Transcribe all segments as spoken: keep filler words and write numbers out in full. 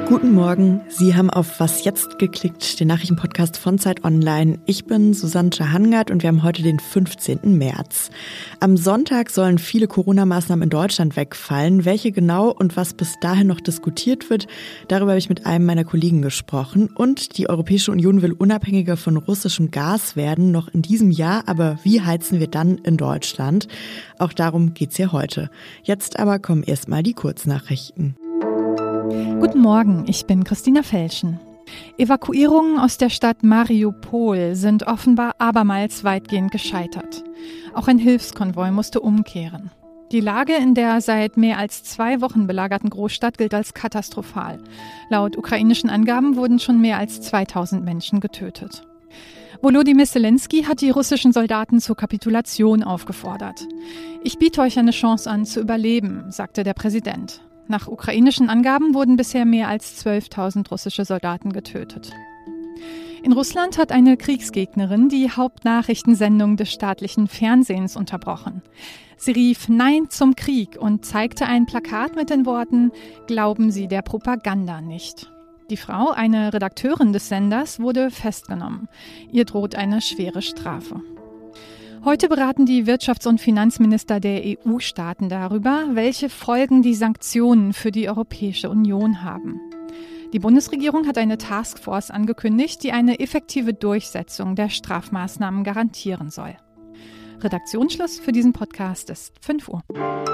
Guten Morgen, Sie haben auf Was jetzt geklickt, den Nachrichtenpodcast von Zeit Online. Ich bin Susanne Hangard und wir haben heute den fünfzehnten März. Am Sonntag sollen viele Corona-Maßnahmen in Deutschland wegfallen. Welche genau und was bis dahin noch diskutiert wird, darüber habe ich mit einem meiner Kollegen gesprochen. Und die Europäische Union will unabhängiger von russischem Gas werden, noch in diesem Jahr. Aber wie heizen wir dann in Deutschland? Auch darum geht's hier heute. Jetzt aber kommen erstmal die Kurznachrichten. Guten Morgen, ich bin Christina Felschen. Evakuierungen aus der Stadt Mariupol sind offenbar abermals weitgehend gescheitert. Auch ein Hilfskonvoi musste umkehren. Die Lage in der seit mehr als zwei Wochen belagerten Großstadt gilt als katastrophal. Laut ukrainischen Angaben wurden schon mehr als zweitausend Menschen getötet. Volodymyr Zelensky hat die russischen Soldaten zur Kapitulation aufgefordert. Ich biete euch eine Chance an, zu überleben, sagte der Präsident. Nach ukrainischen Angaben wurden bisher mehr als zwölftausend russische Soldaten getötet. In Russland hat eine Kriegsgegnerin die Hauptnachrichtensendung des staatlichen Fernsehens unterbrochen. Sie rief Nein zum Krieg und zeigte ein Plakat mit den Worten „Glauben Sie der Propaganda nicht". Die Frau, eine Redakteurin des Senders, wurde festgenommen. Ihr droht eine schwere Strafe. Heute beraten die Wirtschafts- und Finanzminister der E U-Staaten darüber, welche Folgen die Sanktionen für die Europäische Union haben. Die Bundesregierung hat eine Taskforce angekündigt, die eine effektive Durchsetzung der Strafmaßnahmen garantieren soll. Redaktionsschluss für diesen Podcast ist fünf Uhr.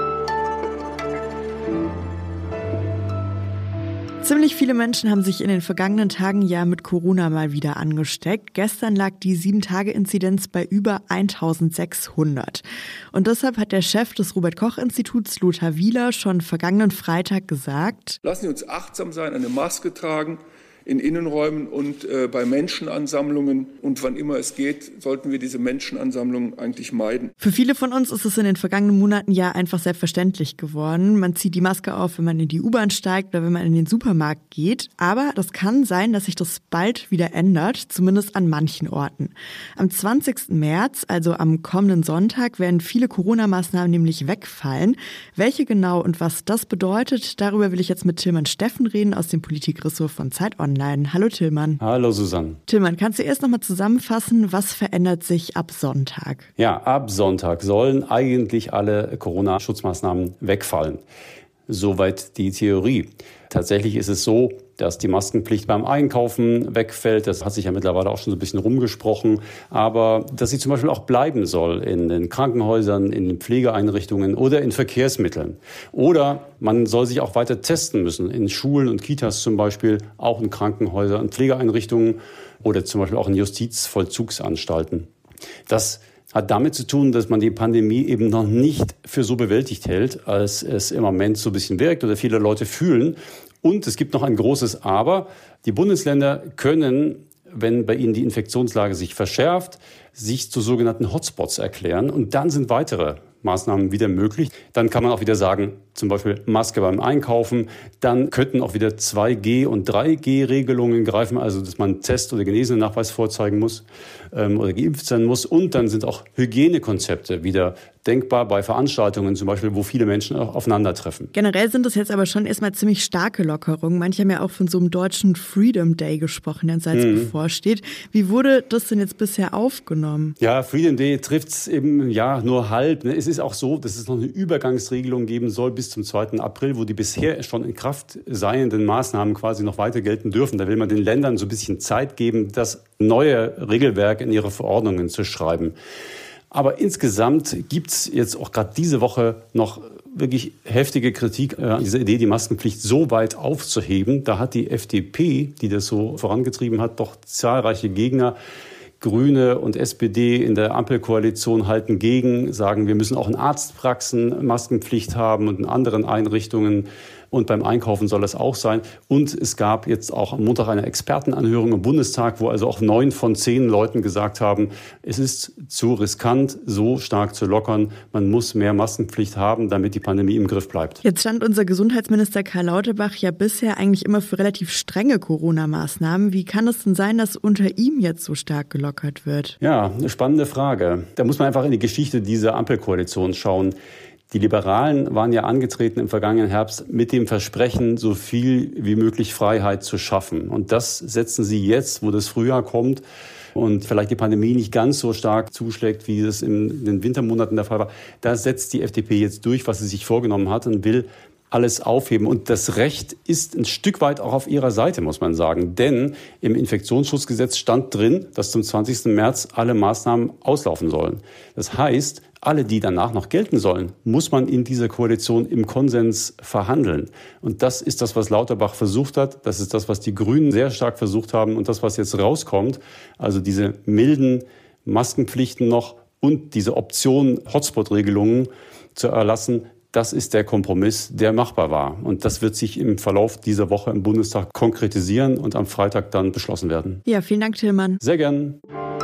Ziemlich viele Menschen haben sich in den vergangenen Tagen ja mit Corona mal wieder angesteckt. Gestern lag die sieben Tage Inzidenz bei über eintausendsechshundert. Und deshalb hat der Chef des Robert-Koch-Instituts, Lothar Wieler, schon vergangenen Freitag gesagt: Lassen Sie uns achtsam sein, eine Maske tragen in Innenräumen und äh, bei Menschenansammlungen. Und wann immer es geht, sollten wir diese Menschenansammlungen eigentlich meiden. Für viele von uns ist es in den vergangenen Monaten ja einfach selbstverständlich geworden. Man zieht die Maske auf, wenn man in die U-Bahn steigt oder wenn man in den Supermarkt geht. Aber das kann sein, dass sich das bald wieder ändert, zumindest an manchen Orten. Am zwanzigsten März, also am kommenden Sonntag, werden viele Corona-Maßnahmen nämlich wegfallen. Welche genau und was das bedeutet, darüber will ich jetzt mit Tilman Steffen reden aus dem Politikressort von Zeit Online. Hallo Tilman. Hallo Susanne. Tilman, kannst du erst noch mal zusammenfassen, was verändert sich ab Sonntag? Ja, ab Sonntag sollen eigentlich alle Corona-Schutzmaßnahmen wegfallen. Soweit die Theorie. Tatsächlich ist es so, dass die Maskenpflicht beim Einkaufen wegfällt. Das hat sich ja mittlerweile auch schon so ein bisschen rumgesprochen. Aber dass sie zum Beispiel auch bleiben soll in den Krankenhäusern, in den Pflegeeinrichtungen oder in Verkehrsmitteln. Oder man soll sich auch weiter testen müssen. In Schulen und Kitas zum Beispiel, auch in Krankenhäusern und Pflegeeinrichtungen oder zum Beispiel auch in Justizvollzugsanstalten. Das hat damit zu tun, dass man die Pandemie eben noch nicht für so bewältigt hält, als es im Moment so ein bisschen wirkt oder viele Leute fühlen. Und es gibt noch ein großes Aber. Die Bundesländer können, wenn bei ihnen die Infektionslage sich verschärft, sich zu sogenannten Hotspots erklären. Und dann sind weitere Maßnahmen wieder möglich. Dann kann man auch wieder sagen, zum Beispiel Maske beim Einkaufen. Dann könnten auch wieder zwei G- und drei G-Regelungen greifen, also dass man einen Test- oder Genesenen-Nachweis vorzeigen muss ähm, oder geimpft sein muss. Und dann sind auch Hygienekonzepte wieder denkbar bei Veranstaltungen, zum Beispiel, wo viele Menschen auch aufeinandertreffen. Generell sind das jetzt aber schon erstmal ziemlich starke Lockerungen. Manche haben ja auch von so einem deutschen Freedom Day gesprochen, der in Salzburg mhm. bevorsteht. Wie wurde das denn jetzt bisher aufgenommen? Ja, Freedom Day trifft es eben ja nur halb. Es ist auch so, dass es noch eine Übergangsregelung geben soll bis zum zweiten April, wo die bisher schon in Kraft seienden Maßnahmen quasi noch weiter gelten dürfen. Da will man den Ländern so ein bisschen Zeit geben, das neue Regelwerk in ihre Verordnungen zu schreiben. Aber insgesamt gibt's jetzt auch gerade diese Woche noch wirklich heftige Kritik an dieser Idee, die Maskenpflicht so weit aufzuheben. Da hat die F D P, die das so vorangetrieben hat, doch zahlreiche Gegner. Grüne und S P D in der Ampelkoalition halten gegen, sagen, wir müssen auch in Arztpraxen Maskenpflicht haben und in anderen Einrichtungen. Und beim Einkaufen soll das auch sein. Und es gab jetzt auch am Montag eine Expertenanhörung im Bundestag, wo also auch neun von zehn Leuten gesagt haben, es ist zu riskant, so stark zu lockern. Man muss mehr Maskenpflicht haben, damit die Pandemie im Griff bleibt. Jetzt stand unser Gesundheitsminister Karl Lauterbach ja bisher eigentlich immer für relativ strenge Corona-Maßnahmen. Wie kann es denn sein, dass unter ihm jetzt so stark gelockert wird? Ja, eine spannende Frage. Da muss man einfach in die Geschichte dieser Ampelkoalition schauen. Die Liberalen waren ja angetreten im vergangenen Herbst mit dem Versprechen, so viel wie möglich Freiheit zu schaffen. Und das setzen sie jetzt, wo das Frühjahr kommt und vielleicht die Pandemie nicht ganz so stark zuschlägt, wie es in den Wintermonaten der Fall war. Da setzt die F D P jetzt durch, was sie sich vorgenommen hat und will alles aufheben. Und das Recht ist ein Stück weit auch auf ihrer Seite, muss man sagen. Denn im Infektionsschutzgesetz stand drin, dass zum zwanzigsten März alle Maßnahmen auslaufen sollen. Das heißt, alle, die danach noch gelten sollen, muss man in dieser Koalition im Konsens verhandeln. Und das ist das, was Lauterbach versucht hat. Das ist das, was die Grünen sehr stark versucht haben. Und das, was jetzt rauskommt, also diese milden Maskenpflichten noch und diese Option, Hotspot-Regelungen zu erlassen, das ist der Kompromiss, der machbar war. Und das wird sich im Verlauf dieser Woche im Bundestag konkretisieren und am Freitag dann beschlossen werden. Ja, vielen Dank, Tillmann. Sehr gern.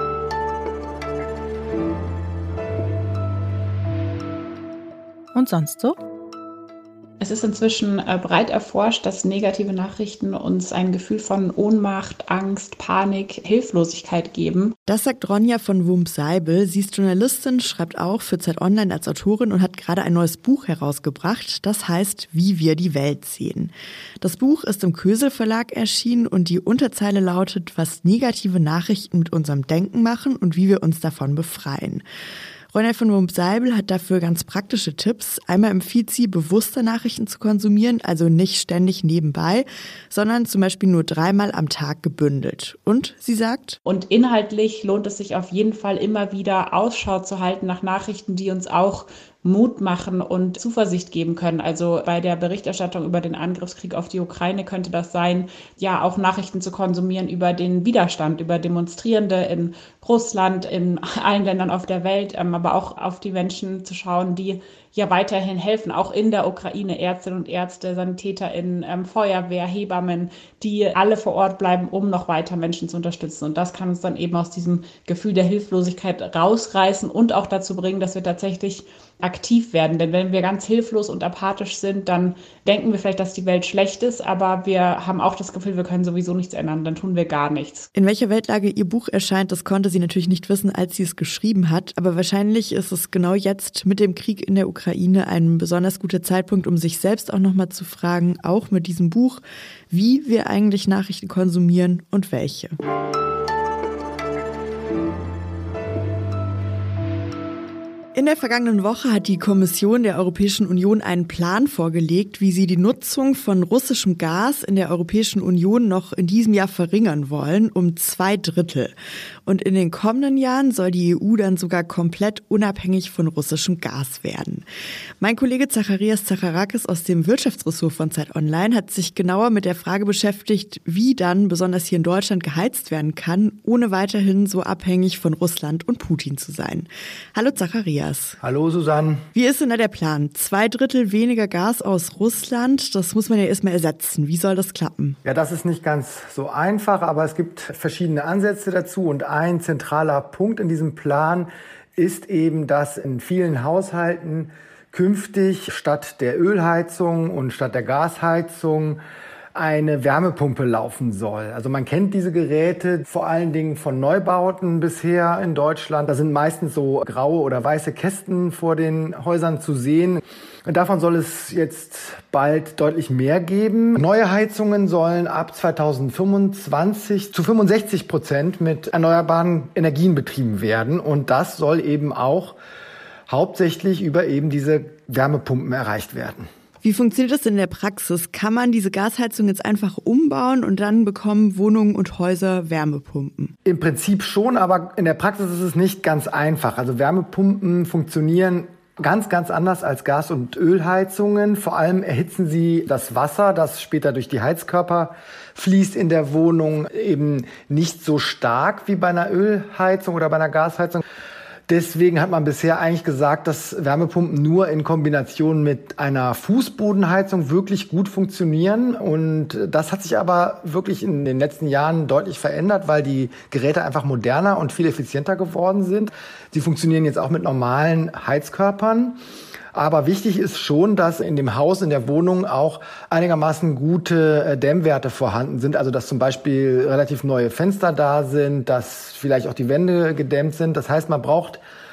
Und sonst so? Es ist inzwischen äh, breit erforscht, dass negative Nachrichten uns ein Gefühl von Ohnmacht, Angst, Panik, Hilflosigkeit geben. Das sagt Ronja von Wump-Seibel. Sie ist Journalistin, schreibt auch für Zeit Online als Autorin und hat gerade ein neues Buch herausgebracht. Das heißt, wie wir die Welt sehen. Das Buch ist im Kösel Verlag erschienen und die Unterzeile lautet, was negative Nachrichten mit unserem Denken machen und wie wir uns davon befreien. Ronja von Wump-Seibel hat dafür ganz praktische Tipps. Einmal empfiehlt sie, bewusster Nachrichten zu konsumieren, also nicht ständig nebenbei, sondern zum Beispiel nur dreimal am Tag gebündelt. Und sie sagt: Und inhaltlich lohnt es sich auf jeden Fall immer wieder Ausschau zu halten nach Nachrichten, die uns auch Mut machen und Zuversicht geben können. Also bei der Berichterstattung über den Angriffskrieg auf die Ukraine könnte das sein, ja auch Nachrichten zu konsumieren über den Widerstand, über Demonstrierende in Russland, in allen Ländern auf der Welt, aber auch auf die Menschen zu schauen, die ja weiterhin helfen, auch in der Ukraine, Ärztinnen und Ärzte, SanitäterInnen, ähm, Feuerwehr, Hebammen, die alle vor Ort bleiben, um noch weiter Menschen zu unterstützen. Und das kann uns dann eben aus diesem Gefühl der Hilflosigkeit rausreißen und auch dazu bringen, dass wir tatsächlich aktiv werden. Denn wenn wir ganz hilflos und apathisch sind, dann denken wir vielleicht, dass die Welt schlecht ist, aber wir haben auch das Gefühl, wir können sowieso nichts ändern, dann tun wir gar nichts. In welcher Weltlage ihr Buch erscheint, das konnte sie natürlich nicht wissen, als sie es geschrieben hat. Aber wahrscheinlich ist es genau jetzt mit dem Krieg in der Ukraine ein besonders guter Zeitpunkt, um sich selbst auch nochmal zu fragen, auch mit diesem Buch, wie wir eigentlich Nachrichten konsumieren und welche. In der vergangenen Woche hat die Kommission der Europäischen Union einen Plan vorgelegt, wie sie die Nutzung von russischem Gas in der Europäischen Union noch in diesem Jahr verringern wollen, um zwei Drittel. Und in den kommenden Jahren soll die E U dann sogar komplett unabhängig von russischem Gas werden. Mein Kollege Zacharias Zacharakis aus dem Wirtschaftsressort von Zeit Online hat sich genauer mit der Frage beschäftigt, wie dann besonders hier in Deutschland geheizt werden kann, ohne weiterhin so abhängig von Russland und Putin zu sein. Hallo Zacharias. Hallo Susanne. Wie ist denn da der Plan? Zwei Drittel weniger Gas aus Russland, das muss man ja erstmal ersetzen. Wie soll das klappen? Ja, das ist nicht ganz so einfach, aber es gibt verschiedene Ansätze dazu. Und ein zentraler Punkt in diesem Plan ist eben, dass in vielen Haushalten künftig statt der Ölheizung und statt der Gasheizung eine Wärmepumpe laufen soll. Also man kennt diese Geräte vor allen Dingen von Neubauten bisher in Deutschland. Da sind meistens so graue oder weiße Kästen vor den Häusern zu sehen. Und davon soll es jetzt bald deutlich mehr geben. Neue Heizungen sollen ab zweitausendfünfundzwanzig zu fünfundsechzig Prozent mit erneuerbaren Energien betrieben werden. Und das soll eben auch hauptsächlich über eben diese Wärmepumpen erreicht werden. Wie funktioniert das in der Praxis? Kann man diese Gasheizung jetzt einfach umbauen und dann bekommen Wohnungen und Häuser Wärmepumpen? Im Prinzip schon, aber in der Praxis ist es nicht ganz einfach. Also Wärmepumpen funktionieren ganz, ganz anders als Gas- und Ölheizungen. Vor allem erhitzen sie das Wasser, das später durch die Heizkörper fließt in der Wohnung, eben nicht so stark wie bei einer Ölheizung oder bei einer Gasheizung. Deswegen hat man bisher eigentlich gesagt, dass Wärmepumpen nur in Kombination mit einer Fußbodenheizung wirklich gut funktionieren. Und das hat sich aber wirklich in den letzten Jahren deutlich verändert, weil die Geräte einfach moderner und viel effizienter geworden sind. Sie funktionieren jetzt auch mit normalen Heizkörpern. Aber wichtig ist schon, dass in dem Haus, in der Wohnung auch einigermaßen gute Dämmwerte vorhanden sind. Also dass zum Beispiel relativ neue Fenster da sind, dass vielleicht auch die Wände gedämmt sind. Das heißt, man braucht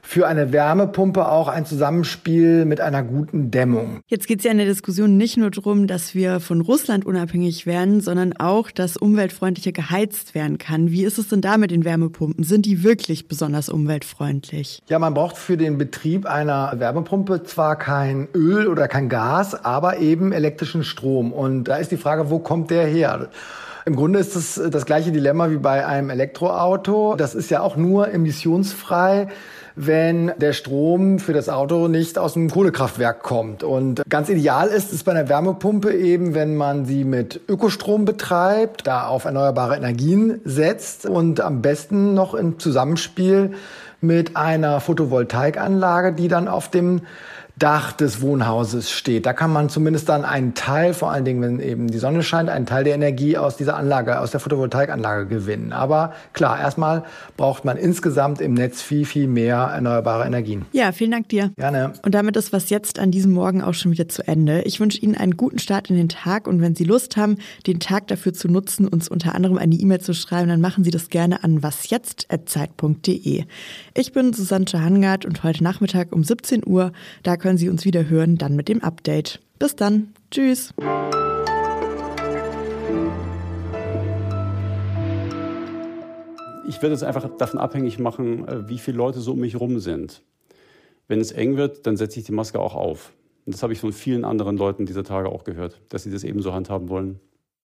für eine Wärmepumpe auch ein Zusammenspiel mit einer guten Dämmung. Jetzt geht es ja in der Diskussion nicht nur darum, dass wir von Russland unabhängig werden, sondern auch, dass umweltfreundlicher geheizt werden kann. Wie ist es denn da mit den Wärmepumpen? Sind die wirklich besonders umweltfreundlich? Ja, man braucht für den Betrieb einer Wärmepumpe zwar kein Öl oder kein Gas, aber eben elektrischen Strom. Und da ist die Frage, wo kommt der her? Im Grunde ist es das, das gleiche Dilemma wie bei einem Elektroauto. Das ist ja auch nur emissionsfrei, wenn der Strom für das Auto nicht aus dem Kohlekraftwerk kommt. Und ganz ideal ist es bei einer Wärmepumpe eben, wenn man sie mit Ökostrom betreibt, da auf erneuerbare Energien setzt und am besten noch im Zusammenspiel mit einer Photovoltaikanlage, die dann auf dem Dach des Wohnhauses steht. Da kann man zumindest dann einen Teil, vor allen Dingen, wenn eben die Sonne scheint, einen Teil der Energie aus dieser Anlage, aus der Photovoltaikanlage gewinnen. Aber klar, erstmal braucht man insgesamt im Netz viel, viel mehr erneuerbare Energien. Ja, vielen Dank dir. Gerne. Und damit ist was jetzt an diesem Morgen auch schon wieder zu Ende. Ich wünsche Ihnen einen guten Start in den Tag und wenn Sie Lust haben, den Tag dafür zu nutzen, uns unter anderem eine E-Mail zu schreiben, dann machen Sie das gerne an wasjetzt at zeit punkt de. Ich bin Susanne Hangard und heute Nachmittag um siebzehn Uhr, da können Sie uns wieder hören, dann mit dem Update. Bis dann. Tschüss. Ich werde es einfach davon abhängig machen, wie viele Leute so um mich rum sind. Wenn es eng wird, dann setze ich die Maske auch auf. Und das habe ich von vielen anderen Leuten dieser Tage auch gehört, dass sie das eben so handhaben wollen.